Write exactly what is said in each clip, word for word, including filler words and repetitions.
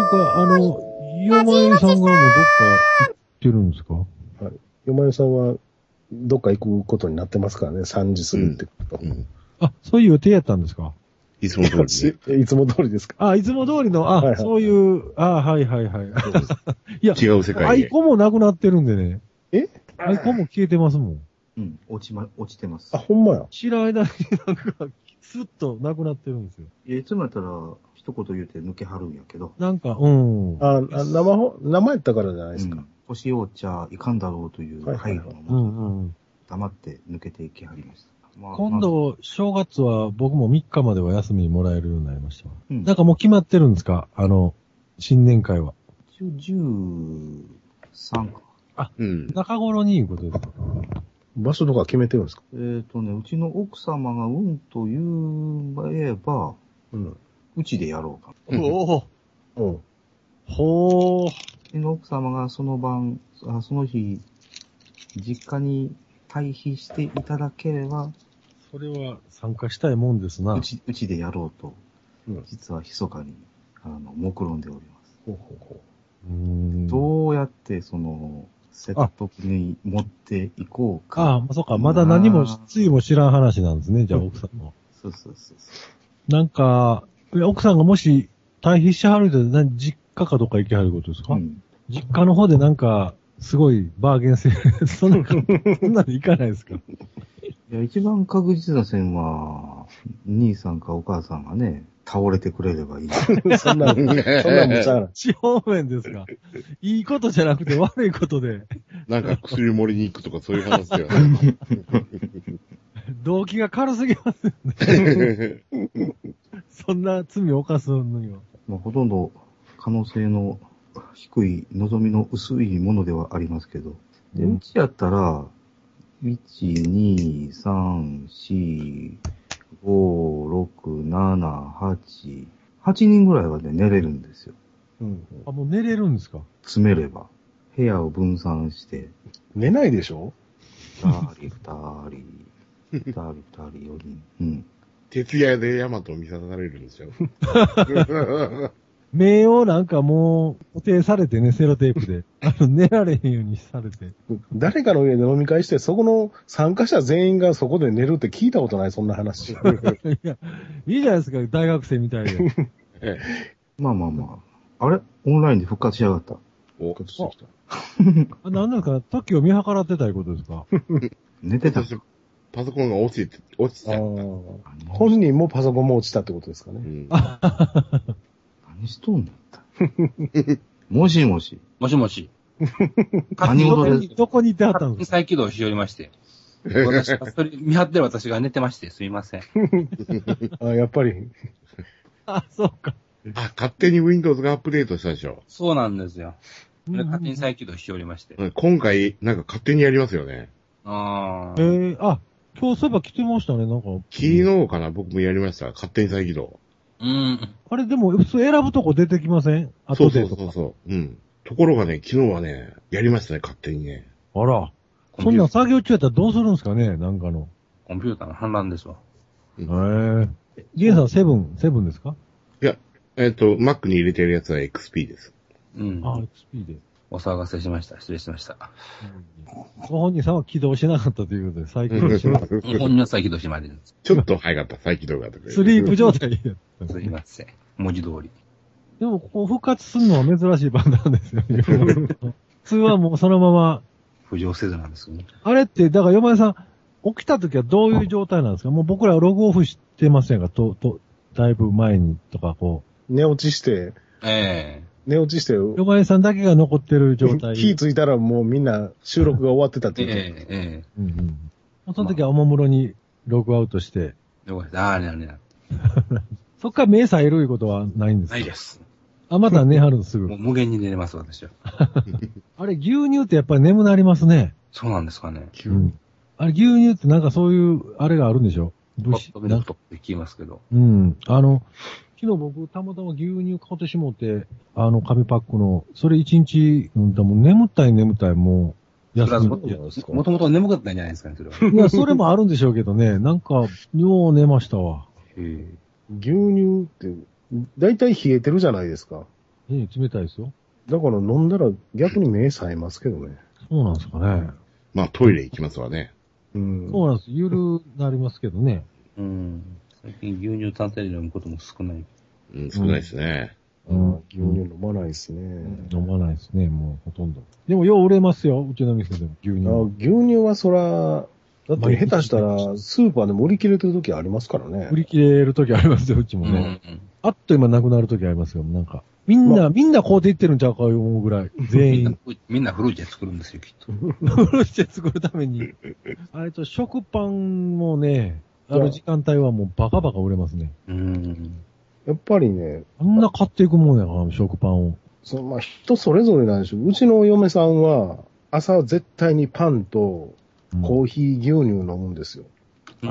いうか、あの、よまえさんがもうどっか行ってるんですか？はい。 よまえさんは、どっか行くことになってますからね、さんじ過ぎってこと。うんうん、 あ、そういう予定やったんですか？ いつも通り、 ね。いつも通りですか？ あ、いつも通りの、あ、はいはい、そういう、あ、はいはいはい。いや、 違う世界へ。 アイコンもなくなってるんでね。 え？ アイコンも消えてますもん。 うん、落ちま、落ちてます。 あ、ほんまや。 知らん間になんか、スッとなくなってるんですよ。 いつもやったら、一言言うて抜けはるんやけど。 なんか、うん。 あ、生ほ、生やったからじゃないですか。うん、 星お茶いかんだろうという配慮のもと、黙って抜けていきはりました。まあ、 今度、正月は僕もみっかまでは休みもらえるようになりました。うん、なんかもう決まってるんですか？あの、新年会は。 一応じゅうさんか。 あ、うん。中頃にいうことですか？ 場所とか決めてるんですか？ えっ、ー、とね、うちの奥様がうんと言えば、うん、うちでやろうか。 おお。うん。ほー。 うちの奥様がその晩、あその日、実家に退避していただければ、 それは参加したいもんですな。 うち、うちでやろうと、うん、実は密かに、あの、目論んでおります。ほうほうほう。うーん、どうやって、その、セットに持っていこうか。 ああ、そうか。まだ何も、ついも知らん話なんですね、じゃあ奥さんも。 そうそうそうそう。 なんか、奥さんがもし退避しはると、実家かどっか行きはることですか？うん、実家の方でなんか、すごいバーゲンセール、そんな、そんなの行かないですか？ いや、一番確実な線は、兄さんかお母さんがね、倒れてくれればいい。 そんな、そんな無茶な。 地方面ですか？いいことじゃなくて悪いことで。 なんか薬盛りに行くとかそういう話だよね。 動機が軽すぎますよね。そんな罪を犯すのには。 まあ、ほとんど可能性の低い、望みの薄いものではありますけど。で、うちやったら、いち、に、さん、し、ご、ろく、なな、はち、はちにんぐらいはね、寝れるんですよ。 うん。あ、もう寝れるんですか？ 詰めれば。部屋を分散して。 寝ないでしょ？ 二人、二人、二人、二人、四人。うん。 徹夜でヤマトを見さされるんですよ。 目をなんかもう固定されてね、セロテープで。あの、寝られへんようにされて。 誰かの家で飲み会して、そこの参加者全員がそこで寝るって聞いたことない、そんな話。いや、いいじゃないですか、大学生みたいで。 まあまあまあ。あれオンラインで復活しやがった。 復活してきた。 あ、なんですか、時を見計らってたいうことですか？ 寝てた。 パソコンが落ちて、落ちちゃった。 本人もパソコンも落ちたってことですかね。うん、 何しとんねん。もしもし。 もしもし。 何事ですどこにいてはったんですか？ 再起動しおりまして。私が、それ見張ってる私が寝てまして、すみません。 あ、やっぱり。 あ、そうか。 あ、勝手に Windows がアップデートしたでしょ。 そうなんですよ。勝手に再起動しておりまして。 今回、なんか勝手にやりますよね。 ああ。 えー、あ、今日そういえば来てましたね、なんか。 昨日かな、僕もやりました。勝手に再起動。 うん。あれでも、普通選ぶとこ出てきません？ 後でとか。そうそうそう。うん。ところがね、昨日はね、やりましたね、勝手にね。 あら。そんな作業中やったらどうするんですかね、なんかの。 コンピューターの反乱ですわ。 へ、うん、えー。ゲンさん、セブン、セブンですか？ いや、えっと、Mac に入れてるやつは エックスピー です。 うん。 あ、エックスピー で。 お騒がせしました。失礼しました。 ご本人さんは起動しなかったということで、再起動しました。 本人は再起動しまでです。 ちょっと早かった、再起動が。 スリープ状態。 すいません。文字通り。 でも、こう復活するのは珍しい版なんですよ。普通はもうそのまま。 浮上せずなんですよね。 あれって、だから山根さん、起きた時はどういう状態なんですか？もう僕らはログオフしてませんか？と、と、だいぶ前にとかこう。寝落ちして。 ええー。 寝落ちして。 山根さんだけが残ってる状態。 気ついたらもうみんな収録が終わってたっていう。 ええー、ええー。 うんうん。その時はおもむろにログアウトして。 ログアウト、ああ、ねあねそっから目さえるいことはないんですか？ ないです。 あ、また寝はるんすぐ。 もう無限に寝れます、私は。 あれ、牛乳ってやっぱり眠なりますね。 そうなんですかね。 うん。あれ、牛乳ってなんかそういう、あれがあるんでしょ？ 物質。なんかと聞きますけど。 うん。あの、昨日僕、たまたま牛乳買ってしもって、あの、紙パックの、それ一日、うん、もう眠たい眠たい、もう、 休み。もともと眠かったんじゃないですかね、それは。 いや、それもあるんでしょうけどね。なんか、よう寝ましたわ。 へ牛乳って、だいたい冷えてるじゃないですか。 ええ、冷たいですよ。 だから飲んだら逆に目冴えますけどね。 そうなんですかね。 まあトイレ行きますわね。 うん。 そうなんです。ゆるなりますけどね。 うん。最近牛乳単体で飲むことも少ない。 うん、少ないですね。 うん、牛乳飲まないですね。 飲まないですね、もうほとんど。でもよう売れますよ、うちの店でも牛乳。 あ牛乳はそら、だって下手したらスーパーでも売り切れてる時ありますからね。 売り切れる時ありますよ、うちもね。うん、あっという間なくなる時ありますよ、なんか。みんな、ま、みんな買うていってるんちゃうか思うぐらい。全員。 みんなフルーチェ作るんですよ、きっと。 フルーチェ作るために。あれと食パンもね、ある時間帯はもうバカバカ売れますね。 うん。 やっぱりね。 あんな買っていくもんやから、食パンを。 そのまあ、人それぞれなんでしょう。うちの嫁さんは、朝は絶対にパンとコーヒー牛乳飲むんですよ。 うん。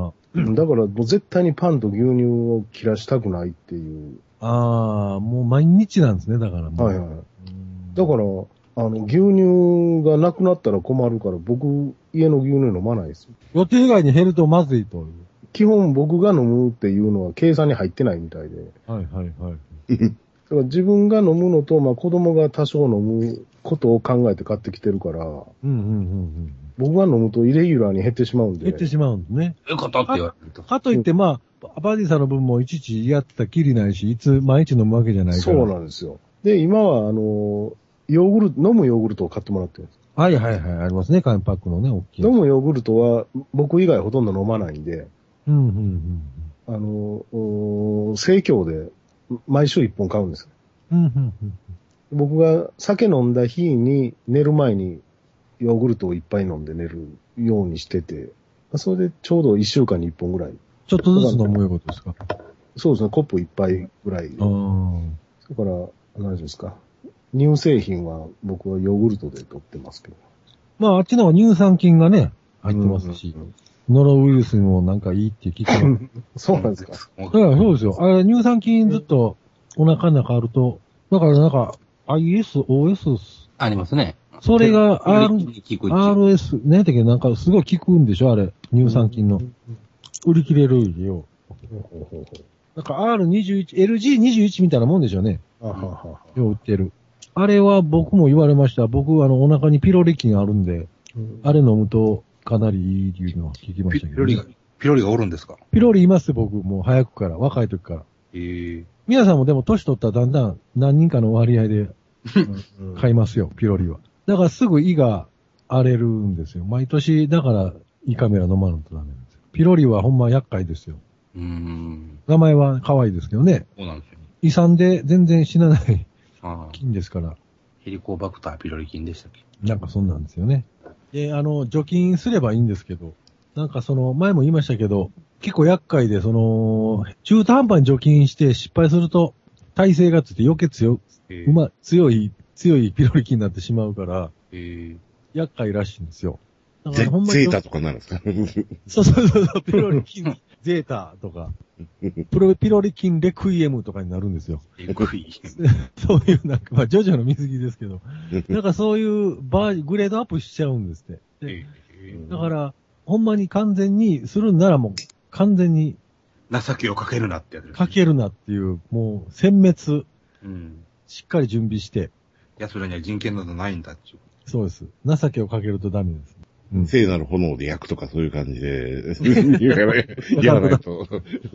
うん、だからもう絶対にパンと牛乳を切らしたくないっていう。 ああ、もう毎日なんですね、だからもう。 はいはい。だから、あの、牛乳がなくなったら困るから、僕、家の牛乳飲まないですよ。 予定外に減るとまずいという。 基本僕が飲むっていうのは計算に入ってないみたいで。 はいはいはい。 だから自分が飲むのと、まあ子供が多少飲むことを考えて買ってきてるから、うんうんうんうん、僕が飲むとイレギュラーに減ってしまうんで。 減ってしまうんですね。 よかったって言われると。 かといって、まあ、バディさんの分もいちいちやったきりないし、いつ毎日飲むわけじゃないから。 そうなんですよ。で、今は、あの、ヨーグルト、飲むヨーグルトを買ってもらってるんです。 はいはいはい、ありますね、紙パックのね、大きい。 飲むヨーグルトは、僕以外ほとんど飲まないんで、 うんうんうん、 あの、生協で毎週いっぽん買うんです。 うんうんうん、 僕が酒飲んだ日に寝る前にヨーグルトをいっぱい飲んで寝るようにしてて、それでちょうどいっしゅうかんにいっぽんぐらい。 ちょっとずつ飲むようことですか？ そうですね、コップいっぱいぐらい。だから、何ですか。乳製品は僕はヨーグルトで取ってますけど。 まあ、あっちの方は乳酸菌がね、入ってますし、うんうんうん、ノロウイルスにもなんかいいって聞いてます。 そうなんですか。 だからそうですよ。あれ、乳酸菌ずっとお腹の中あると、だからなんか、アイエス、オーエス、 ありますね。 それが R、アールエス、何やったっけ、なんかすごい効くんでしょあれ、乳酸菌の。売り切れるよ。なんか アールにじゅういち、エルジーにじゅういち みたいなもんでしょうね。 あははよう売ってる。あれは僕も言われました。僕、あの、お腹にピロリ菌あるんで、うん、あれ飲むとかなりいいっていうのは聞きましたけど、ね。 ピロリが、ピロリがおるんですか？ ピロリいますよ、僕。もう早くから、若い時から。 へぇ。 皆さんもでも年取ったらだんだん何人かの割合で買いますよ、ピロリは。だからすぐ胃が荒れるんですよ。毎年、だから胃カメラ飲まないとダメなんですよ。ピロリはほんま厄介ですよ。 うーん。 名前は可愛いですけどね。 そうなんですよ。 胃酸で全然死なない菌ですから。 ヘリコバクターピロリ菌でしたっけ？ なんかそんなんですよね。で、あの、除菌すればいいんですけど、なんかその、前も言いましたけど、結構厄介で、その、中途半端に除菌して失敗すると、耐性がついて余計強、うま、強い、強いピロリ菌になってしまうから、厄介らしいんですよ。 だからほんまにゼータとかなるんですか？ そうそうそう、ピロリ菌、ゼータとか、プロピロリ菌レクイエムとかになるんですよ。 レクイエムそういうなんか、まあ、ジョジョの水着ですけど、なんかそういうバー、グレードアップしちゃうんですって。だから、ほんまに完全にするんならもう、完全に、 情けをかけるなってやつ、ね。 かけるなっていう、もう、殲滅。 うん。 しっかり準備して。 奴らには人権などないんだっていう。 そうです。情けをかけるとダメです。 うん、聖なる炎で焼くとかそういう感じで、やらないと。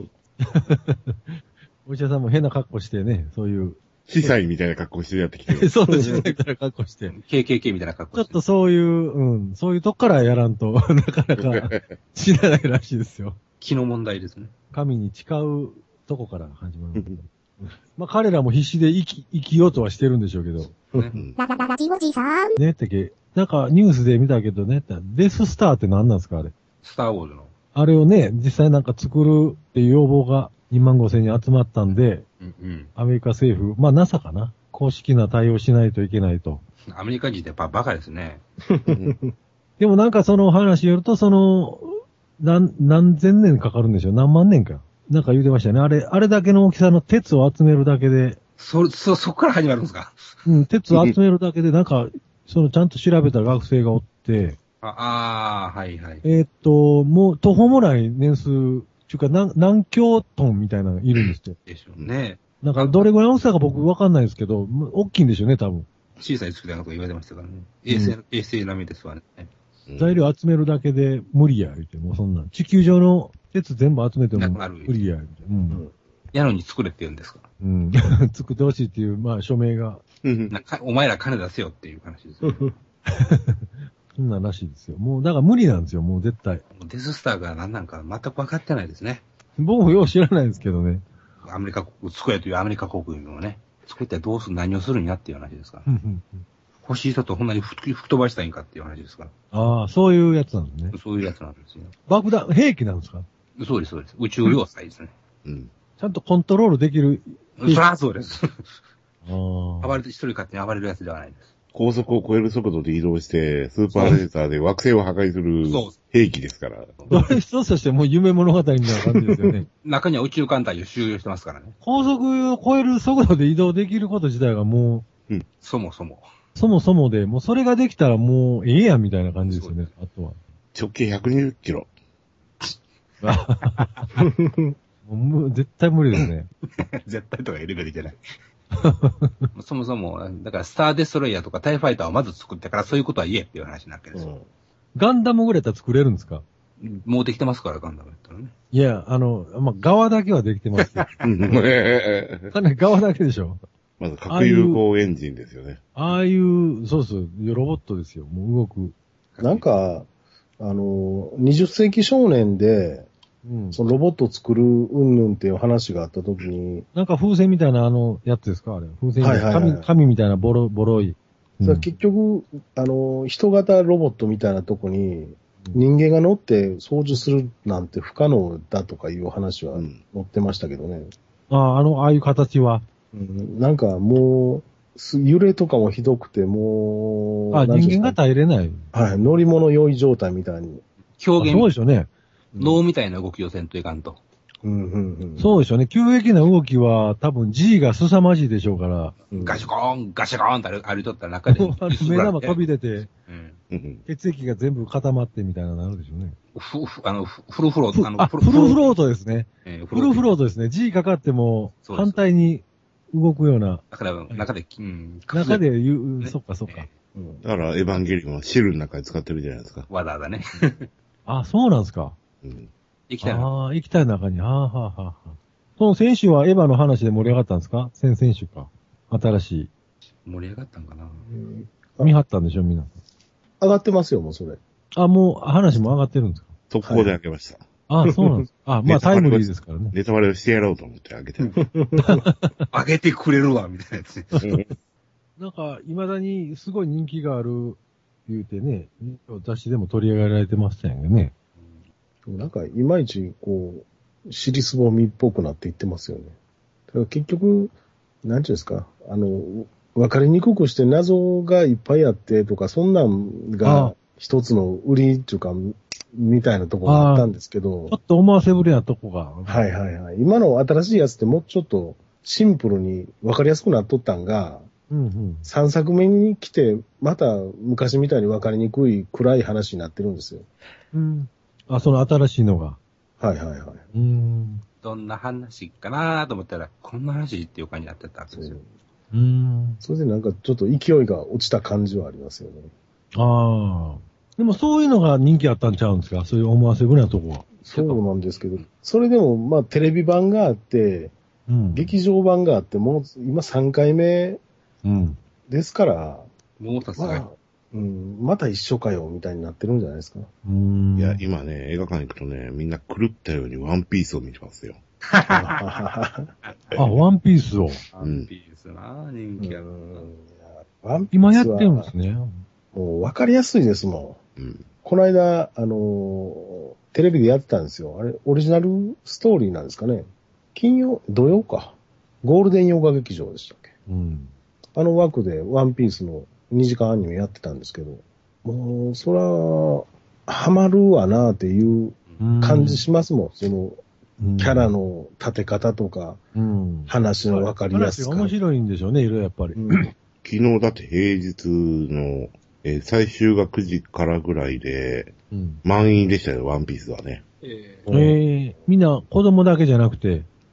お医者さんも変な格好してね、そういう。 司祭みたいな格好してやってきてる。 そうです、司祭みたいな格好して。 ケーケーケー みたいな格好して。ちょっとそういう、うん、そういうとこからやらんと、なかなか知らないらしいですよ。 気の問題ですね。 神に誓うとこから始まる。まあ彼らも必死で生き、生きようとはしてるんでしょうけど。 ね、ララララジオジさん。 ねってけ、なんかニュースで見たけどね、デススターって何なんですかあれ。 スターウォーズの。 あれをね、実際なんか作るっていう要望がにまんごせんにん集まったんで、 うんうん、 アメリカ政府、まあ ナサ かな。公式な対応しないといけないと。 アメリカ人ってやっぱバカですね。 でもなんかその話によると、その、何、何千年かかるんでしょ何万年か。なんか言うてましたよね。あれ、あれだけの大きさの鉄を集めるだけで。 そ、そ、そこから始まるんですか？ うん、鉄を集めるだけで、なんか、そのちゃんと調べた学生がおって、 ああ、はいはい。 えー、っと、もう途方もない年数、ちゅうか何、何京トンみたいなのがいるんですって。 でしょうね。 なんか、どれぐらいの大きさか僕わかんないですけど、大きいんでしょうね、多分。 小さい月だなとか言われてましたからね。衛星、うん、衛星並みですわね。 材料集めるだけで無理や、言うて、もうそんな。地球上の鉄全部集めても無理や、言うて。うん。 やのに作れって言うんですか。 うん。作ってほしいっていう、まあ、署名が。 なんかお前ら金出せよっていう話ですよ。 そんなんらしいですよ。もう、だから無理なんですよ、もう絶対。 デススターが何なんか全く分かってないですね。 僕もよう知らないですけどね。 アメリカ国、作れというアメリカ国民をね、作ってどうする、何をするんやっていう話ですから。欲しい人とこんなに吹き飛ばしたいんかっていう話ですから。 ああ、そういうやつなんですね。 そういうやつなんですよ。 爆弾、兵器なんですか？ そうです、そうです。宇宙要塞ですね。 うん。ちゃんとコントロールできる。 そりゃそうです。ああ。 暴れて、一人勝手に暴れるやつではないです。 高速を超える速度で移動して、スーパーレーザーで惑星を破壊する兵器ですから。 それ一つとしてもう夢物語みたいな感じですよね。 中には宇宙艦隊を収容してますからね。 高速を超える速度で移動できること自体がもう、うん、そもそも。 そもそもで、もうそれができたらもうええやんみたいな感じですよね、あとは。 直径ひゃくにじゅっキロ。 もう絶対無理ですね。 絶対とか入れるべきじゃない。そもそも、だからスターデストロイヤーとかタイファイターをまず作ってからそういうことは言えっていう話なわけですよ。うん、 ガンダムぐらいだったら作れるんですか？ もうできてますから、ガンダムやったらね。 いや、あの、まあ、側だけはできてますよ。かなり側だけでしょ。 まず核融合エンジンですよね。 ああいう、そうそう、ロボットですよ。もう動く。 なんか、あの、にじゅっ世紀少年で、うん、そのロボットを作るうんぬんっていう話があったときに。 なんか風船みたいなあのやつですかあれ。風船みたいな。はいはいはい、紙、紙みたいなボロ、ボロい。 うん、結局、あの、人型ロボットみたいなとこに人間が乗って操縦するなんて不可能だとかいう話は載ってましたけどね。 うん、ああ、あの、ああいう形は。 うん、なんかもう、揺れとかもひどくて、もう。 あ、人間が耐えれない。 はい、乗り物酔い状態みたいに。 表現。 そうでしょうね。 脳みたいな動きをせんといかんと。 うんうんうん、 そうでしょうね。急激な動きは多分 G が凄まじいでしょうから。 うん、ガシコーン、ガシコーンって歩いとったら中で。 目玉飛び出て、うん、血液が全部固まってみたいなのなるでしょうね。 ふ、ふ、あの、フルフロート。 あのフルフロートですね。えー、フルフロートですね。G かかっても反対に動くような。 だから、中で、 うん、中で言う、ね、そっかそっか。 うん、だから、エヴァンゲリオンはシルの中で使ってるじゃないですか。 わざわざね。 あ、そうなんですか。 うん。 液体の。ああ、液体の中に。はあ、はあはあ、その先週はエヴァの話で盛り上がったんですか？先々週か。新しい。 盛り上がったんかな。 見張ったんでしょ、みんな。 上がってますよ、もうそれ。 あ、もう話も上がってるんですか？ 速攻で開けました。 はい、あ、そうなんです。あ、まあタイムリーですからね。 ネタバレをしてやろうと思って開けてる。 開けてくれるわ、みたいなやつ。 なんか、未だにすごい人気がある言うてね、雑誌でも取り上げられてましたよね。 なんか、いまいち、こう、尻すぼみっぽくなっていってますよね。だから結局、なんていうんですか、あの、わかりにくくして謎がいっぱいあってとか、そんなんが一つの売りっていうか、みたいなところがあったんですけど。 ちょっと思わせぶりなとこが。 はいはいはい。今の新しいやつってもうちょっとシンプルにわかりやすくなっとったんが、 うんうん、 さんさくめに来て、また昔みたいにわかりにくい暗い話になってるんですよ。 うん。あ、その新しいのが。 はいはいはい。 うん。 どんな話かなと思ったら、こんな話っていう感じになってたんですよ。 うん。 それでなんかちょっと勢いが落ちた感じはありますよね。 ああ。でもそういうのが人気あったんちゃうんですか？そういう思わせぶりなとこは。 そうなんですけど、それでもまあテレビ版があって、うん、劇場版があって、もう今さんかいめですから、 うん、もうさすがに。 うん、また一緒かよ、みたいになってるんじゃないですか。 うん。 いや、今ね、映画館行くとね、みんな狂ったようにワンピースを見てますよ。 あ、ワンピースを。 ワンピースな、人気ある。 ワンピース今やってるんですね。 もう分かりやすいですもん。うん、この間、あのー、テレビでやってたんですよ。あれ、オリジナルストーリーなんですかね。金曜、土曜か。ゴールデン洋画劇場でしたっけ。 うん。 あの枠でワンピースのにじかんアニメやってたんですけど、もう、そら、ハマるわなっていう感じしますもん。その、キャラの立て方とか、うん、話の分かりやすさ。 話が面白いんでしょうね、色々やっぱり。うん、 昨日だって平日の、えー、最終がくじからぐらいで、うん、満員でしたよ、ワンピースはね。 えー、えー、みんな子供だけじゃなくて、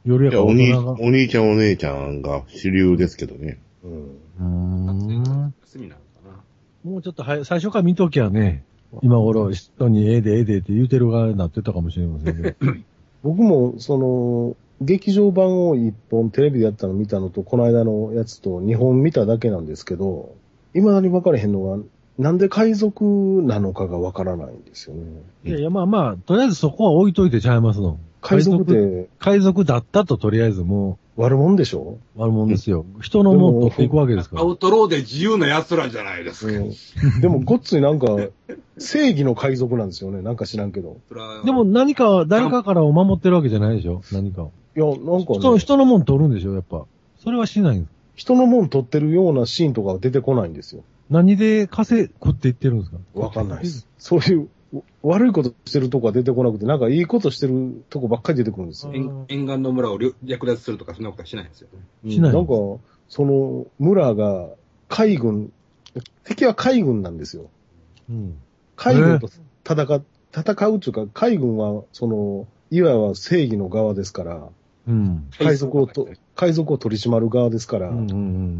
夜やからお兄、 大人が。 お兄ちゃんお姉ちゃんが主流ですけどね。 うん。 うーん。 休みなのかな。 もうちょっと早い、最初から見ときゃね、今頃人にええでええでって言うてる側になってたかもしれませんけど。 僕も、その、劇場版を一本テレビでやったの見たのと、この間のやつと二本見ただけなんですけど、未だに分かれへんのが、なんで海賊なのかが分からないんですよね。 いやいや、まあまあ、とりあえずそこは置いといてちゃいますの。 海賊って海賊だったととりあえずも悪者でしょ？ う、悪者ですよ。人のもん取っていくわけですから。 アウトローで自由な奴らじゃないですか。 うん、でも、ごっついなんか、正義の海賊なんですよね。なんか知らんけど。 でも何か、誰かからを守ってるわけじゃないでしょ何かを。 いや、なんか、ね、 人の、人のもん取るんでしょやっぱ。それはしないんです。 人のもん取ってるようなシーンとかは出てこないんですよ。 何で稼い、食っていってるんですか？ わかんないです。そういう悪いことしてるとこは出てこなくて、なんかいいことしてるとこばっかり出てくるんですよ。 沿沿岸の村を略奪するとかそんなことはしないんですよね。 しないなんか、その村が海軍、敵は海軍なんですよ。 うん。 海軍と戦う、戦うっていうか、海軍は、その、いわば正義の側ですから、 うん。 海賊をと、海賊を取り締まる側ですから、 うんうんうん。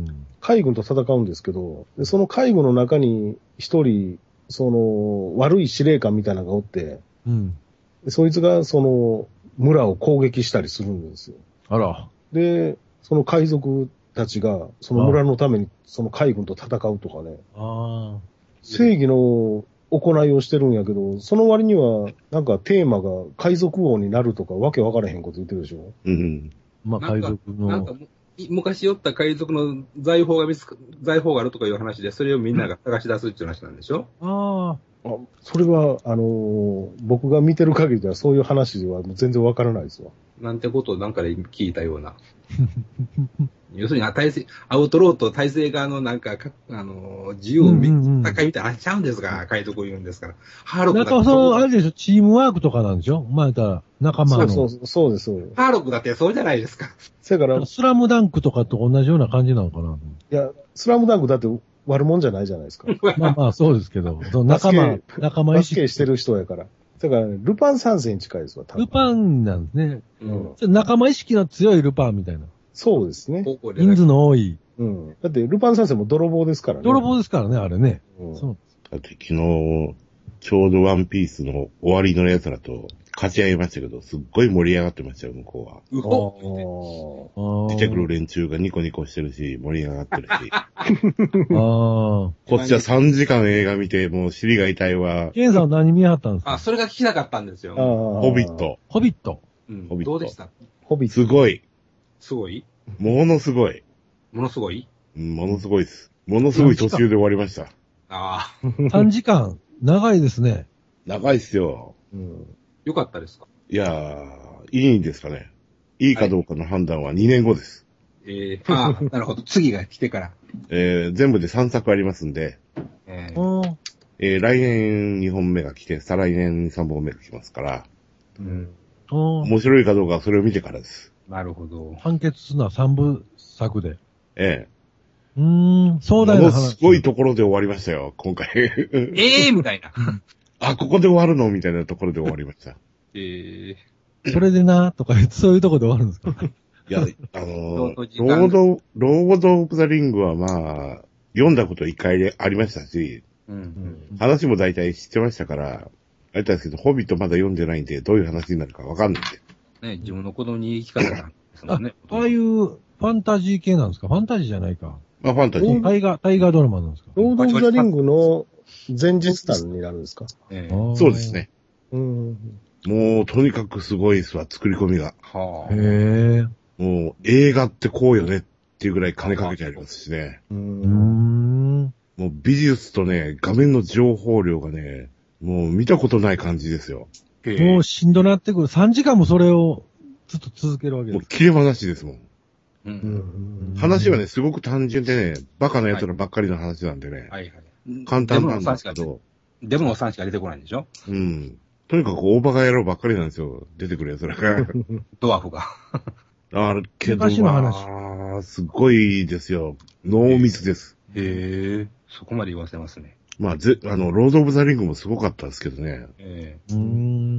海軍と戦うんですけど、でその海軍の中に一人、その、悪い司令官みたいなのがおって、 うん。 でそいつがその、村を攻撃したりするんですよ。 あら。 で、その海賊たちが、その村のために、その海軍と戦うとかね、 ああ。 正義の行いをしてるんやけど、その割には、なんかテーマが海賊王になるとか、わけわからへんこと言ってるでしょ。 うん。 まあ、海賊なんか、 の。 昔寄った海賊の財宝が見つか、財宝があるとかいう話で、それをみんなが探し出すっていう話なんでしょ？ ああ。 あ、それは、あのー僕が見てる限りではそういう話は全然わからないですわ。 なんてことをなんかで聞いたような。要するに、あ体制、アウトローと体制側のなんか、かあのー、自由を見、 うんうんうん戦いみたいな話ちゃうんですが、海賊を言うんですから。ハーロックだってなんかその、あれでしょ、チームワークとかなんでしょまあ言ったら、仲間の。 そうそう、そうです、そうです。 ハーロックだってそうじゃないですか。 そやから、いスラムダンクとかと同じような感じなのかなや、スラムダンクだって悪者じゃないじゃないですか。 まあまあ、そうですけど、その仲間バス、ケバ仲間意識。 スケしてる人やから。だから、ルパン三世に近いですわ、多分。 ルパンなんですね。 うん。 仲間意識の強いルパンみたいな。 そうですね。 高校で。 人数の多い。 うん。だって、ルパン三世も泥棒ですからね。 泥棒ですからね、あれね。 うん。 そう。 だって昨日、ちょうどワンピースの終わりのやつらと勝ち合いましたけど、すっごい盛り上がってましたよ、向こうは。 うほああー出てくる連中がニコニコしてるし、盛り上がってるし。 ああ。 こっちはさんじかん映画見て、もう尻が痛いわ。 ケンさんは何見はったんですか？ あ、それが聞きたかったんですよ。 あ。 ホビッ。ト。 ホビット。 うんホビットどうでした？ ホビット。 すごい。 すごい？ ものすごい。 ものすごい？ うんものすごいです。ものすごい途中で終わりました。 ああ、 さんじかん。長いですね。 長いっすよ。 うん。 よかったですか？ いやー、いいんですかね。いいかどうかの判断はにねんごです。 ええー、ああ、なるほど。次が来てから。 えー、全部でさんさくありますんで、 えうーん。 えー、来年にほんめが来て、再来年にさんぼんめが来ますから、 うん。 うん。 面白いかどうかはそれを見てからです。 なるほど。 完結するのはさんぶ作で。 えうーん、壮え。もの大な話。 すごいところで終わりましたよ、今回。 ええー、みたいな。 あ、ここで終わるのみたいなところで終わりました。 えそれでな、とか言って、そういうところで終わるんですか？ いや、あのー、 ちょうど時間ロード、ロード・オブ・ザ・リングはまあ、読んだこと一回でありましたし、 ー、うん。 話も大体知ってましたから、あれなんですけど、ホビットまだ読んでないんで、どういう話になるかわかんないんで。 ね、自分の子供に聞かせたんですもあんね。 ああいうファンタジー系なんですか？ファンタジーじゃないか。 まあ、ファンタジー。 大河、大河ドラマなんですか？ ロード・オブ・ザ・リングの前日談になるんですか？ ええあーそうです。ね。 うん。 もう、とにかくすごいですわ、作り込みが。 はあ。 へえ。 もう、映画ってこうよねっていうぐらい金かけてありますしね。 う。 うんーん。 もう美術とね、画面の情報量がね、もう見たことない感じですよ。 へえもうしんどなってくる。さんじかんもそれをずっと続けるわけです。 もう切れ離しですもん。 う。 うんん。 話はね、すごく単純でね、バカな奴らばっかりの話なんでね、 はいはい。 簡単なんですけデモのさんしか、 ど、 デモのさんしか出てこないんでしょ？ うん。とにかく大バカ野郎ばっかりなんですよ。出てくる奴らが。 ドワーフが。 あるけど、 昔の話まあ、すごいですよ。濃密です。 へえ、そこまで言わせますね。 まあ、ぜ、あの、ロード・オブ・ザ・リングもすごかったですけどね。 えうーん。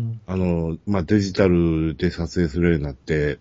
ん。 あの、まあ、デジタルで撮影するようになって、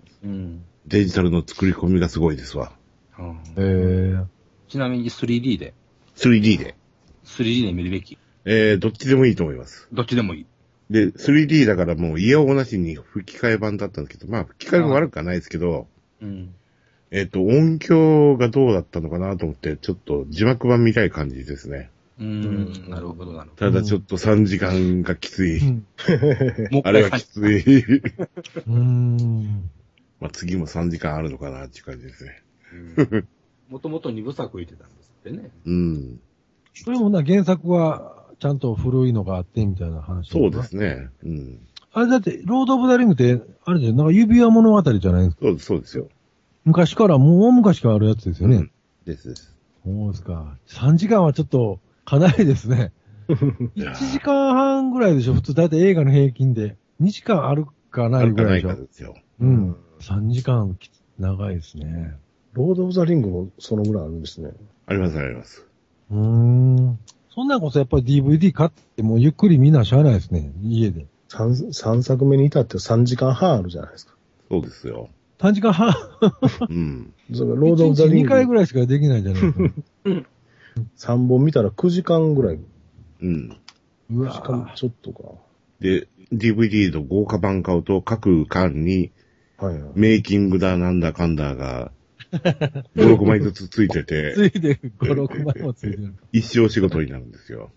うん。 デジタルの作り込みがすごいですわ。 うん、 えー、 ちなみに スリーディー で。 スリーディー で。 スリーディー で見るべき。 えー、どっちでもいいと思います。 どっちでもいい。 で、スリーディー だからもうイヤホンなしに吹き替え版だったんですけど、まあ吹き替えも悪くはないですけど、 うん。 えっと、音響がどうだったのかなと思って、ちょっと字幕版見たい感じですね。 うーん、なるほど、なるほただちょっとさんじかんがきつい。 うん、 ど。 あれがきつい。 うーん。 まあ次もさんじかんあるのかなっていう感じですね。 もともとにぶさく言ってたんですってね。 うん。 それもな、原作はちゃんと古いのがあってみたいな話。 そうですね。うん。 あれだって、ロード・オブ・ザ・リングって、あれじゃなんか指輪物語じゃないですか。 そうです、そうですよ。 昔から、もう大昔からあるやつですよね。 うん、ですです。 そうですか。さんじかんはちょっと、かなりですね。いちじかんはんぐらいでしょ、普通。だいたい映画の平均で。にじかんあるかないぐらいでしょ。 あるかないかですよ。 うん。さんじかん、長いですね。 ロード・オブ・ザ・リングもそのぐらいあるんですね。 あります、あります。 うーん。そんなんこそやっぱり ディーブイディー 買ってもうゆっくり見なしゃあないですね。家で。 3, 三作目に至ってさんじかんはんあるじゃないですか。 そうですよ。 さんじかんはん。 うん。 それロード・オブ・ザ・リング。 にかいぐらいしかできないじゃないですか。 さんぼん見たらくじかんぐらい。 うん。 うわしかもちょっとか。 で、ディーブイディー の豪華版買うと各巻にはいはい。 メイキングだなんだかんだがご、ろくまいずつついてて、 ついてる、ご、ろくまいもついてる。 一生仕事になるんですよ。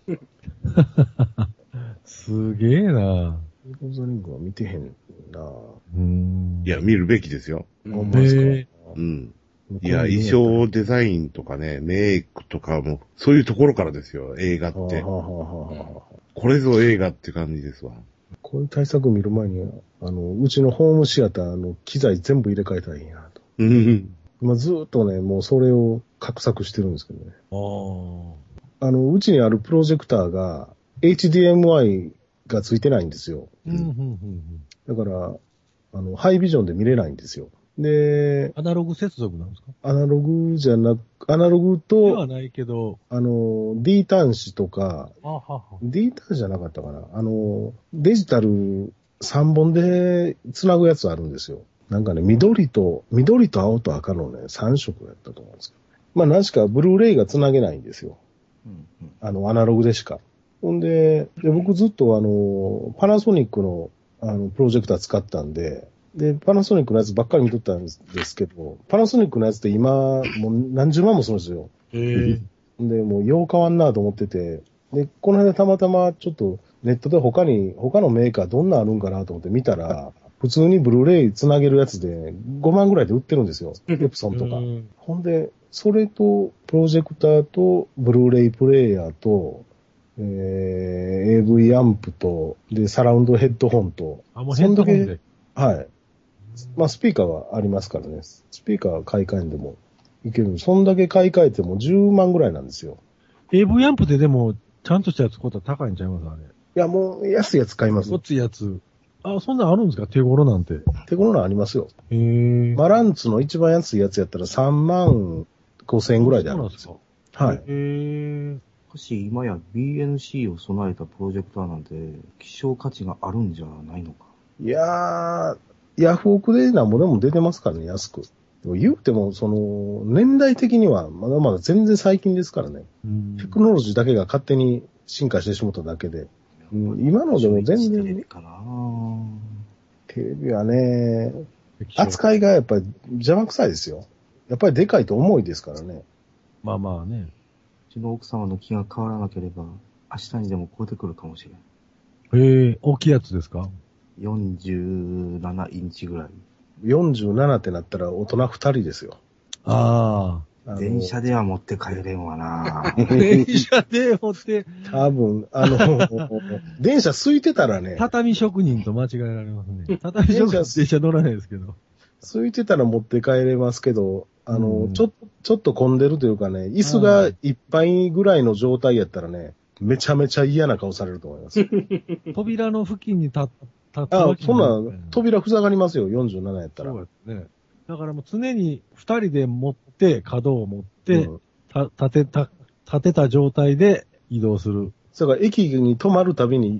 すげえな。 ロード・オブ・ザ・リングは見てへんなぁ。 うーん。 いや、見るべきですよ。 ほんまですか。 へうん。いや、衣装デザインとかね、メイクとかも、そういうところからですよ、映画って。 はあはあはあはあ、 これぞ映画って感じですわ。 こういう対策見る前に、あの、うちのホームシアターの機材全部入れ替えたらいいなと。 うん。 今ずーっとね、もうそれを画策してるんですけどね。 あ。 あの、うちにあるプロジェクターが エイチディーエムアイ がついてないんですよ。 うん、うん、うん。 だから、あの、ハイビジョンで見れないんですよ。で、 アナログ接続なんですか？ アナログじゃなく、アナログではと、 ないけど、 あの、D 端子とか、 あはは。 D 端子じゃなかったかな。あの、デジタルさんぼんで繋ぐやつあるんですよ。なんかね、緑と、緑と青と赤のね、さん色やったと思うんですけど。まあ、何しかブルーレイが繋げないんですよ。 うんうん、 あの、アナログでしか。ほんで、で僕ずっとあの、パナソニックの、あの、プロジェクター使ったんで、で、パナソニックのやつばっかり見とったんですけど、パナソニックのやつって今、もう何十万もするんですよ。 へえ。 で、もうよう変わんなと思ってて、で、この間たまたまちょっとネットで他に、他のメーカーどんなあるんかなと思って見たら、普通にブルーレイつなげるやつでごまんぐらいで売ってるんですよ。エプソンとか。ほんで、それと、プロジェクターと、ブルーレイプレイヤーと、えー、エーブイ アンプと、で、サラウンドヘッドホンと。 あ、もうヘッドホンで。 はい。まあ、スピーカーはありますからね。スピーカー買い替えんでもいける。そんだけ買い替えてもじゅうまんぐらいなんですよ。 エーブイ アンプってでも、ちゃんとしたやつ買ったら高いんちゃいますあれ。 いや、もう、安いやつ買います。 ごっついやつ。あ、そんなんあるんですか手頃なんて。 手頃なんありますよ。 へえ。 マランツの一番安いやつやったらさんまんごせん円ぐらいであるんですよ。はい。 へえ。 しかし今や ビーエヌシー を備えたプロジェクターなんて希少価値があるんじゃないのか。 いやー、ヤフオクでなんぼでも出てますからね、安く。でも言うても、その、年代的にはまだまだ全然最近ですからね。テクノロジーだけが勝手に進化してしまっただけで。うん、今のでも全然。テレビかなテレビはね、扱いがやっぱり邪魔くさいですよ。やっぱりでかいと重いですからね。 まあまあね。 うちの奥様の気が変わらなければ、明日にでも超えてくるかもしれん。 へえ、大きいやつですか？ よんじゅうななインチぐらい。 よんじゅうななってなったら大人ふたりですよ。 ああ。 電車では持って帰れんわな電車で持って。 多分、あの、電車空いてたらね。 畳職人と間違えられますね。畳職人電車乗らないですけど。 空いてたら持って帰れますけど、あの、うん、ちょ、ちょっと混んでるというかね、椅子がいっぱいぐらいの状態やったらね、めちゃめちゃ嫌な顔されると思います。 扉の付近に立っあ、そんな、扉塞がりますよ、よんじゅうななやったら。 そうですね。だからもう常に二人で持って、角を持って、うん、た、立てた、立てた状態で移動する。 だから駅に止まるたびに、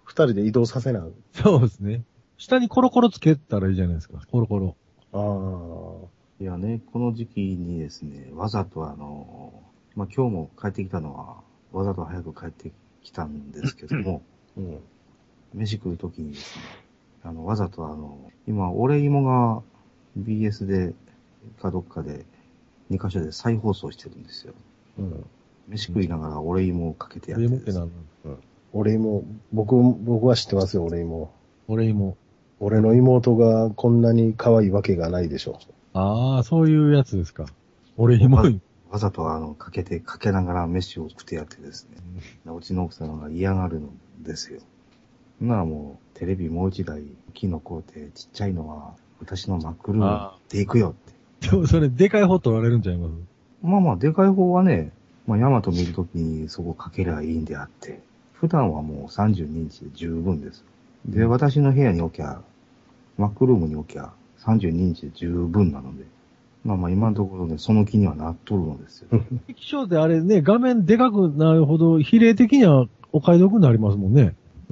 二人で移動させな。 そうですね。下にコロコロつけたらいいじゃないですか、コロコロ。 ああ。 いやね、この時期にですね、わざとあの、まあ、今日も帰ってきたのは、わざと早く帰ってきたんですけども、 うん、 飯食う時にですね、あの、わざとあの、今、俺芋が ビーエス で、かどっかで、に箇所で再放送してるんですよ。うん。飯食いながら俺芋をかけてやってるんです。 俺芋って何？うん。俺芋、僕、僕は知ってますよ、俺芋。 俺芋。 俺の妹がこんなに可愛いわけがないでしょ。 ああ、そういうやつですか。俺芋。 わ, わざとあの、かけて、かけながら飯を食ってやってですね。うん、うちの奥さんが嫌がるんですよ。ならもう、テレビもう一台、木の工程、ちっちゃいのは、私のマックルームで行くよって。 でもそれ、でかい方取られるんちゃいます？ まあまあ、でかい方はね、まあ、ヤマト見るときにそこかけりゃいいんであって、普段はもうさんじゅうにインチで十分です。で、私の部屋に置きゃ、マックルームに置きゃ、さんじゅうにインチで十分なので、まあまあ今のところね、その気にはなっとるのですよ。 液晶であれね、画面でかくなるほど、比例的にはお買い得になりますもんね。うん。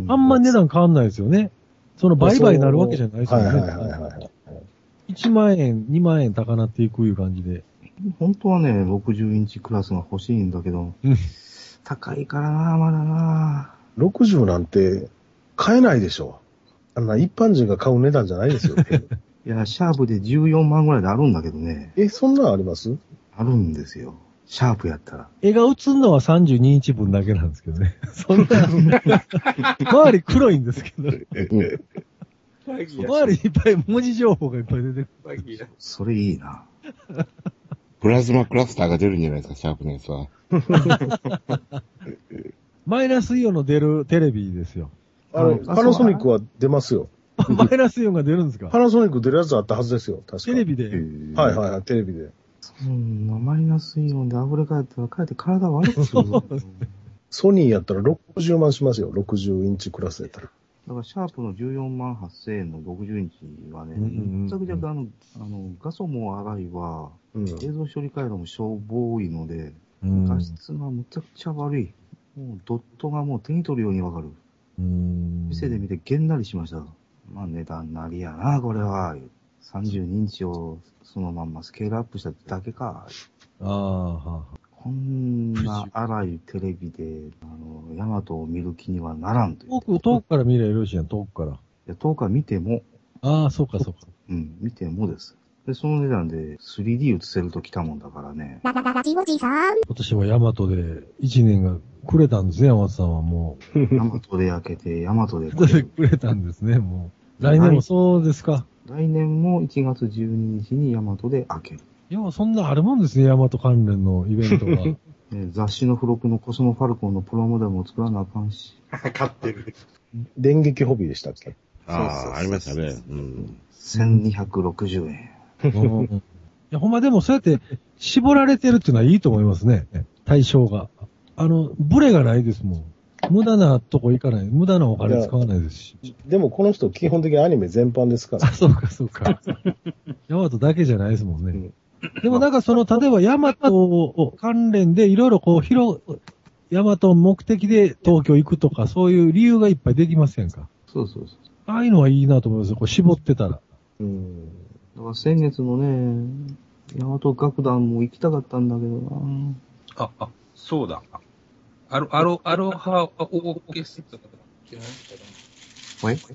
あんま値段変わんないですよね。その倍々になるわけじゃないですよね。はいはいはいはい、はい。いちまん円、にまん円高なっていくいう感じで。 本当はね、ろくじゅうインチクラスが欲しいんだけど、高いからな、まだな。 ろくじゅうなんて買えないでしょ。あんな一般人が買う値段じゃないですよ。 いや、シャープでじゅうよんまんぐらいであるんだけどね。 え、そんなんあります？ あるんですよ。シャープやったら。 絵が映るのはさんじゅうにインチ分だけなんですけどね。そんな、周り黒いんですけど。周りいっぱい文字情報がいっぱい出てくる。 それいいな。 プラズマクラスターが出るんじゃないですか、シャープのやつは。 マイナスイオンの出るテレビですよ。 あの、パナソニックは出ますよ。 マイナスイオンが出るんですか？ パナソニック出るやつあったはずですよ、確か。 テレビで。 はいはいはい、テレビで。 そんなマイナスイオンで溢れ返ったら、かえって体悪くするぞ。 ソニーやったらろくじゅうまんしますよ、ろくじゅうインチクラスやったら。 だから、シャープのじゅうよんまんはっせんえんのろくじゅうインチはね、めちゃくちゃあの、あの、画素も荒いわ、うん、映像処理回路もしょぼいので、うん、画質がむちゃくちゃ悪い。もうドットがもう手に取るようにわかる。うん、店で見てげんなりしました。まあ値段なりやな、これは。さんじゅうにインチをそのまんまスケールアップしただけか。ああ、はあ。こんな荒いテレビで、あの、ヤマトを見る気にはならんという。 遠く、遠くから見ればよろしいやん、遠くから。いや、遠くから見ても。 ああ、そうか、そうか。 うん、見てもです。で、その値段で スリーディー 映せると来たもんだからね。 ララララジオジさん。 今年はヤマトでいちねんがくれたんですね、ヤマトさんはもう。ヤマトで焼けて、ヤマトでくれくれたんですね、もう。来年もそうですか。 来年もいちがつじゅうににちにヤマトで開ける。 いや、そんなあるもんですね、ヤマト関連のイベントが。 ね、雑誌の付録のコスモファルコンのプロモデルも作らなあかんし。 買ってる。 電撃ホビーでしたっけ？ ああ、ありましたね。うん。 せんにひゃくろくじゅうえん。 うん、いや、ほんまでもそうやって絞られてるっていうのはいいと思いますね。対象が。あの、ブレがないですもん。無駄なとこ行かない。無駄なお金使わないですし。 でもこの人基本的にアニメ全般ですから。 あ、そうかそうか。ヤマトだけじゃないですもんね。うんでもなんかその、例えばヤマト関連でいろいろこう、広、ヤマト目的で東京行くとか、そういう理由がいっぱいできませんか？ そうそうそう。 ああいうのはいいなと思いますよ。こう絞ってたら。 うん。だから先月のね、ヤマト楽団も行きたかったんだけどな。 あ、あ、そうだ。アロ、アロ、アロハオーケストラとか来ましたね。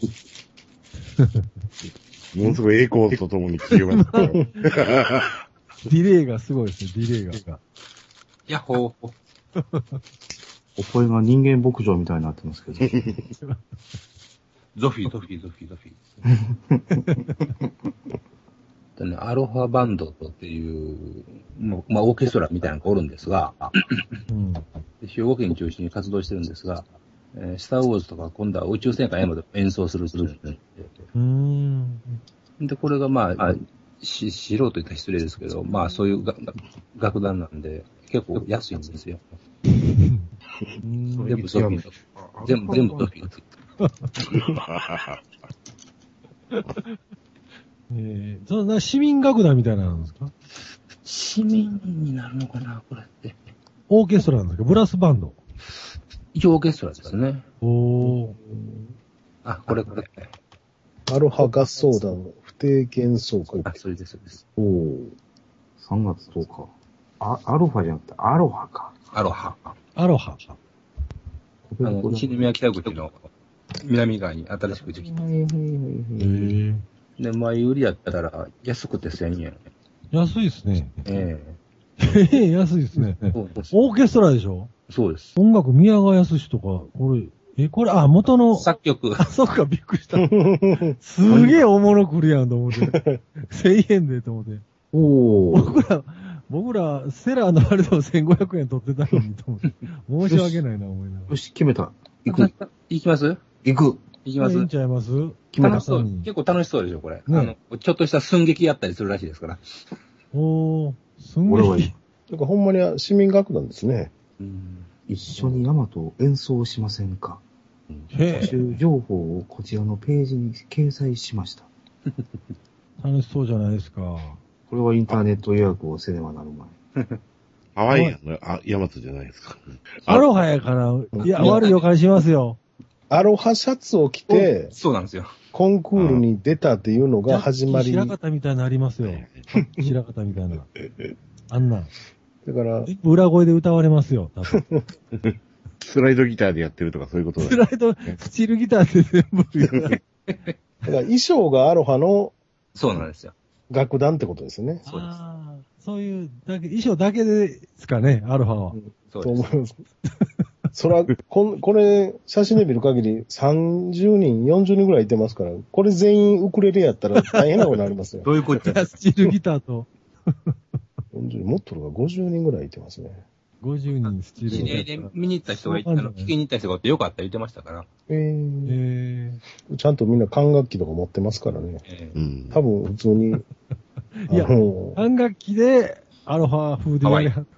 ものすごい栄光とともに消えますから。 ディレイがすごいですね、ディレイが。 ヤッホー。 お声が人間牧場みたいになってますけど。 ゾフィー、ゾフィー、ゾフィー、ゾフィー。ね、アロハバンドっていう、まあ、オーケストラみたいなのがおるんですが、うん、兵庫県中心に活動してるんですが、えー、スターウォーズとか今度は宇宙戦艦ヤマトで演奏するするってうーんで、これがまあ、あし素人言ったら失礼ですけど、まあそういうが楽団なんで結構安いんですよ。全部ソフィー。全部、全部ソフィー。えー、そんな市民楽団みたいなのなんですか？ 市民になるのかな、これって。 オーケストラなんですか？ブラスバンド。 一応オーケストラですね。 おー。 あ、これこれ。 アロハ合奏団不定幻想会。 あ、それです、それです。 おー。 さんがつとおか。あ、アルファじゃなくてアロハか。 アロハ。 アロハ。 あの、西宮北口の南側に新しくできた。 はいはいはいはい。 へえ。 で、前売りやったら安くてせんえん。 安いですね。 えええ、安いですね。 えそうです。 オーケストラでしょ？ そうです。 音楽宮川康とか、これ、え、これ、あ、元の、 作曲。 あ、そっか、びっくりした。すげえ大物来るやんと思って。せんえんでと思って。 おー。 僕ら、僕ら、セラーのあれでもせんごひゃくえん取ってたのにと思って。申し訳ないな、思いながら。 よし、決めた。行く。 行きます行く。 行きますいいんちゃいます？ 決めた楽しそう。 に結構楽しそうでしょ、これ。 ねあの、ちょっとした寸劇やったりするらしいですから。 おー、すん俺はいいげえ。 なんかほんまに市民楽団ですね。 うん。 一緒にヤマトを演奏しませんか？ へえ、 募集情報をこちらのページに掲載しました。 楽しそうじゃないですか。 これはインターネット予約をせねばなるまい。 ハワイアンの、あ、ヤマトじゃないですか。 アロハやから、いや、悪い予感しますよ。 アロハシャツを着て、 そうなんですよ。 コンクールに出たっていうのが始まり。 白型みたいなのありますよ。白型みたいな。あんな。 だから、 裏声で歌われますよ、多分。 スライドギターでやってるとかそういうことだスライド、スチールギターで全部やる。 だから衣装がアロハのそうなんですよ。 楽団ってことですよね。 そうですあーそういう、だけ、衣装だけですかね、アロハは。 そうです。 と思います。そら、こん、これ、写真で見る限りさんじゅうにん、よんじゅうにんぐらいいてますから、これ全員ウクレレやったら大変なことになりますよ。 どういうこといやスチールギターと、 よんじゅうもっとるがごじゅうにんぐらいいてますね。 ごじゅうにんスチール知り合いギター。 で見に行った人がいて、あの、聞きに行った人がおってよかった言ってましたから。 えーえちゃんとみんな管楽器とか持ってますからね。 ええうん。 多分普通に、 いやあのー、管楽器で、アロハ風でやりは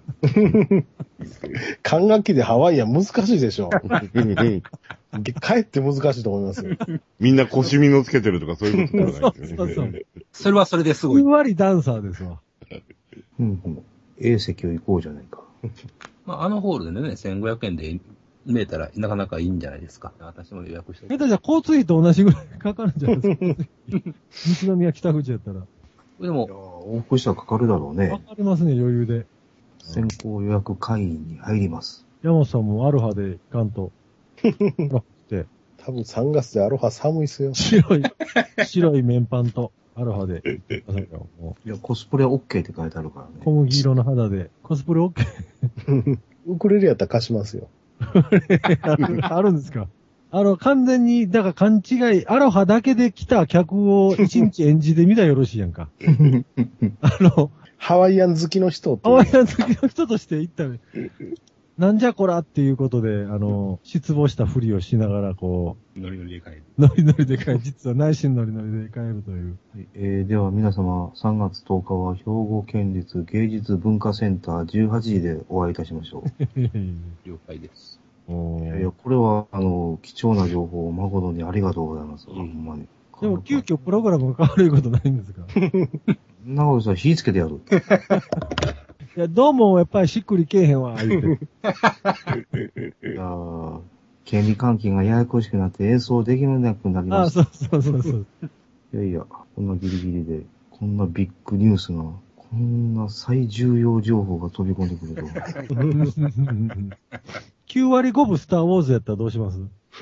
管楽器でハワイアン難しいでしょ。かえって難しいと思いますよ。 みんな腰みのつけてるとかそういうことじゃないですよそうそうね。 それはそれですごいふん。わりダンサーですわ。 うんうん。A 席を行こうじゃないか。 まあ、あのホールでね、せんごひゃくえんで見えたらなかなかいいんじゃないですか。私も予約して下手じゃ交通費と同じぐらいかかるんじゃないですか。西宮北口やったら。 でも、 往復したらかかるだろうわね。 かりますね、余裕で。 先行予約会員に入ります。 山本さんもアロハでガンと。って多分さんがつでアロハ寒いっすよ。 白い、白い面パンとアロハで。もいや、コスプレ OK って書いてあるからうね。 小麦色の肌で。コスプレ OK? ウクレレやったら貸しますよ。 あるあるんですか？あの、完全に、だから勘違い、アロハだけで来た客を一日演じで見たらよろしいやんか。あの、 ハワイアン好きの人ってハワイアン好きの人として行ったら、なんじゃこらっていうことで、あの、失望したふりをしながら、こノリノリで帰る。 う、ノリノリで帰る。実は内心ノリノリで帰るという。 はいえー、では皆様、さんがつとおかは兵庫県立芸術文化センターじゅうはちじでお会いいたしましょう。 了解です。 おいやいや、これは、あの、貴重な情報を誠にありがとうございます。ほんまに。 でも、急遽プログラムが変わることないんですか？ なことさ、火つけてやる。 いや、どうも、やっぱりしっくりけえへんわ、言うて。 いやー権利関係がややこしくなって演奏できなくなりああ、 ました。 そうそうそうそう。 いやいや、こんなギリギリで、こんなビッグニュースが、こんな最重要情報が飛び込んでくるとは。 きゅうわりごぶスターウォーズやったらどうします？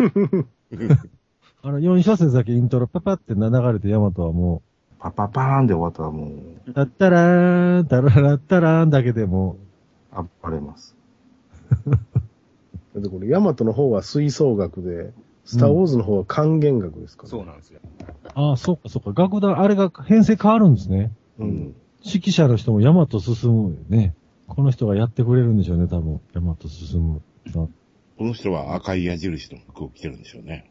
あの、よんしゃせんだけイントロパパって流れてヤマトはもパパパーンで終わったらもう、 う、タッタラーン、タララッタラーンだけでも暴れます。 でこれ、ヤマトの方は吹奏楽で、スターウォーズの方は管弦楽ですから、 そうなんですよ。 う、ああ、そっかそっか、楽団、あれが編成変わるんですね。 うん。 指揮者の人もヤマト進むよね。この人がやってくれるんでしょうね、多分。ヤマト進む。 この人は赤い矢印の服を着てるんでしょうね。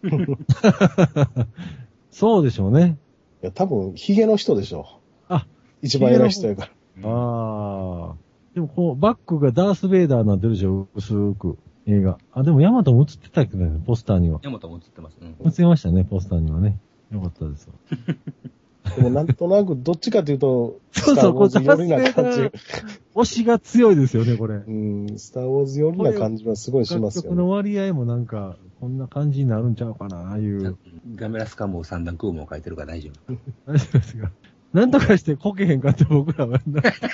そうでしょうね。 いや、多分、ヒゲの人でしょ。 あ、 一番偉い人やから。 ああ。でもこう、バックがダース・ベイダーになってるでしょ、薄く。映画。あ、でもヤマトも映ってたけどね、ポスターには。 ヤマトも映ってます。うん。 映ってましたね、ポスターにはね。よかったですわ。 でもなんとなくどっちかというと、 そうそう、これ、 スターウォーズ寄りな感じ。 推しが強いですよね、これ。 うん、スターウォーズ寄りな感じはすごいしますよ楽曲のね。 割合もなんか、こんな感じになるんちゃうかな、ああいう。 ガメラスカムを三段空も書いてるから大丈夫。 大丈夫ですか。なんとかしてこけへんかって僕らは、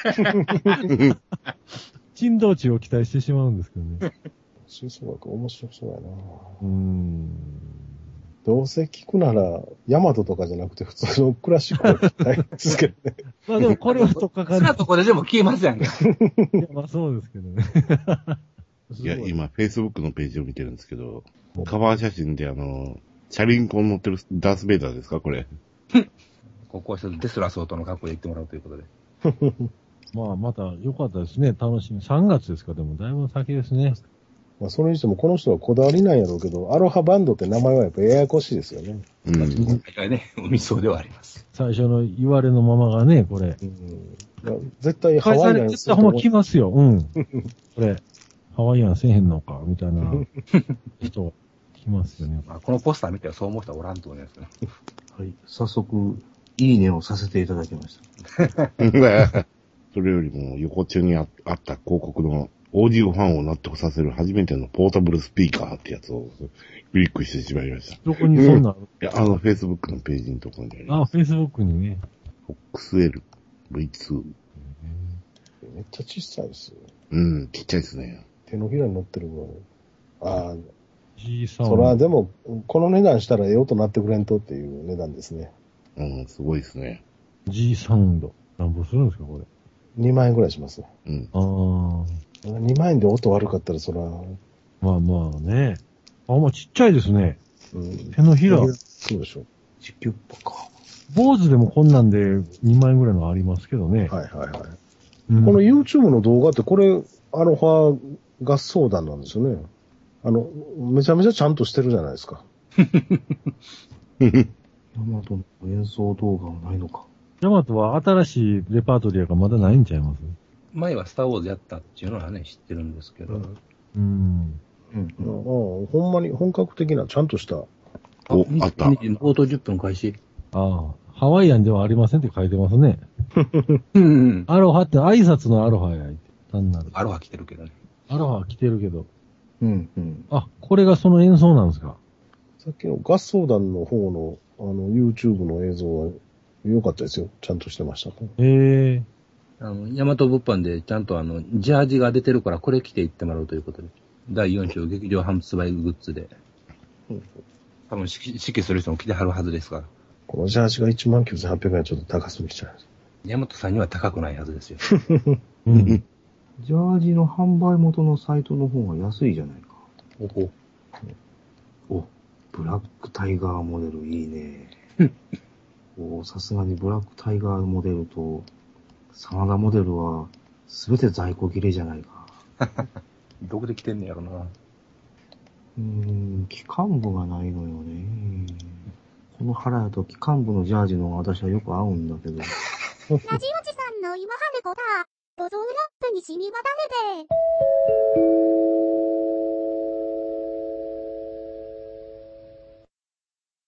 珍道中を期待してしまうんですけどね。 吹奏楽面白そうやな。 うーん。 どうせ聞くなら、ヤマトとかじゃなくて普通のクラシックを聞きたいですけどね。 まあでもこれはとっかかる。 そんなとこででも消えますやんか。 いやまあそうですけどね。 いや、今、Facebook のページを見てるんですけど、カバー写真であの、チャリンコに乗ってるダース・ベイダーですかこれ。 ここはちょっとデスラ相当の格好で行ってもらうということで。 まあまた良かったですね。楽しみ。さんがつですか。でもだいぶ先ですね。 まあそれにしてもこの人はこだわりなんやろうけど、アロハバンドって名前はやっぱややこしいですよね。 うん。 今回ね、海そうではあります。 最初の言われのままがね、これ。 うん、いや絶対ハワイアン絶対ほんま来ますよ。うん。これ、ハワイアンせえへんのか、みたいな人来ますよね。 まあ、このポスター見てはそう思う人はおらんと思いますね。 はい。早速、いいねをさせていただきました。 それよりも横中にああった広告のオーディオファンを納得させる初めてのポータブルスピーカーってやつをクリックしてしまいました。 どこにそんな、 いや、あの Facebook のページのところにありあ、 ます。 Facebook にね。 フォックスエル ブイツー。 めっちゃ小さいですよ。 うん、ちっちゃいですね。 手のひらに乗ってるぐらい。ああ、 G さん。 それはでも、この値段したらええ音鳴ってくれんとっていう値段ですね。 うん、すごいですね。 G サウンド。なんぼするんですか、これ。 にまんえんぐらいします。 うん。 ああ。 にまんえんで音悪かったらそら、 まあまあね。あ、まあちっちゃいですね。 うん、 手のひら。 そうでしょ。 じゅうきゅうパか。 坊主でもこんなんでにまんえんぐらいのありますけどね。 はいはいはい。 うん、 この YouTube の動画ってこれ、アロハ合奏団なんですよね。あの、めちゃめちゃちゃんとしてるじゃないですか。 ヤマトの演奏動画はないのか。 ヤマトは新しいレパートリーがまだないんちゃいます？ 前はスターウォーズやったっていうのはね、知ってるんですけど。 うん。 うん。 うん、 ああ、ほんまに本格的な、ちゃんとした。 お、あった。 冒頭じゅっぷん開始。 ああ、ハワイアンではありませんって書いてますね。 うんうん。 アロハって挨拶のアロハやいて。単なる。 アロハ来てるけどね。 アロハ来てるけど。 うん、うん。 あ、これがその演奏なんですか？ さっきの合奏団の方の、あの、YouTube の映像は良かったですよ。ちゃんとしてました。 へえ。 あの、ヤマト物販でちゃんとあの、ジャージが出てるからこれ着て行ってもらうということで。だいよん章劇場発売グッズで。 うん多分指揮、指揮する人も着てはるはずですから。 このジャージがいちまんきゅうせんはっぴゃくえんはちょっと高すぎちゃいます。 ヤマトさんには高くないはずですよ。 うん。 ジャージの販売元のサイトの方が安いじゃないか。 おお、ブラックタイガーモデルいいね。お、さすがにブラックタイガーモデルと、真田モデルは、すべて在庫切れじゃないか。 どこで着てんねやろな。 うーん、機関部がないのよね。この腹やと機関部のジャージの方が私はよく合うんだけど。 ラジオジさんの今はねこだ。ボゾーラップに染み渡れで。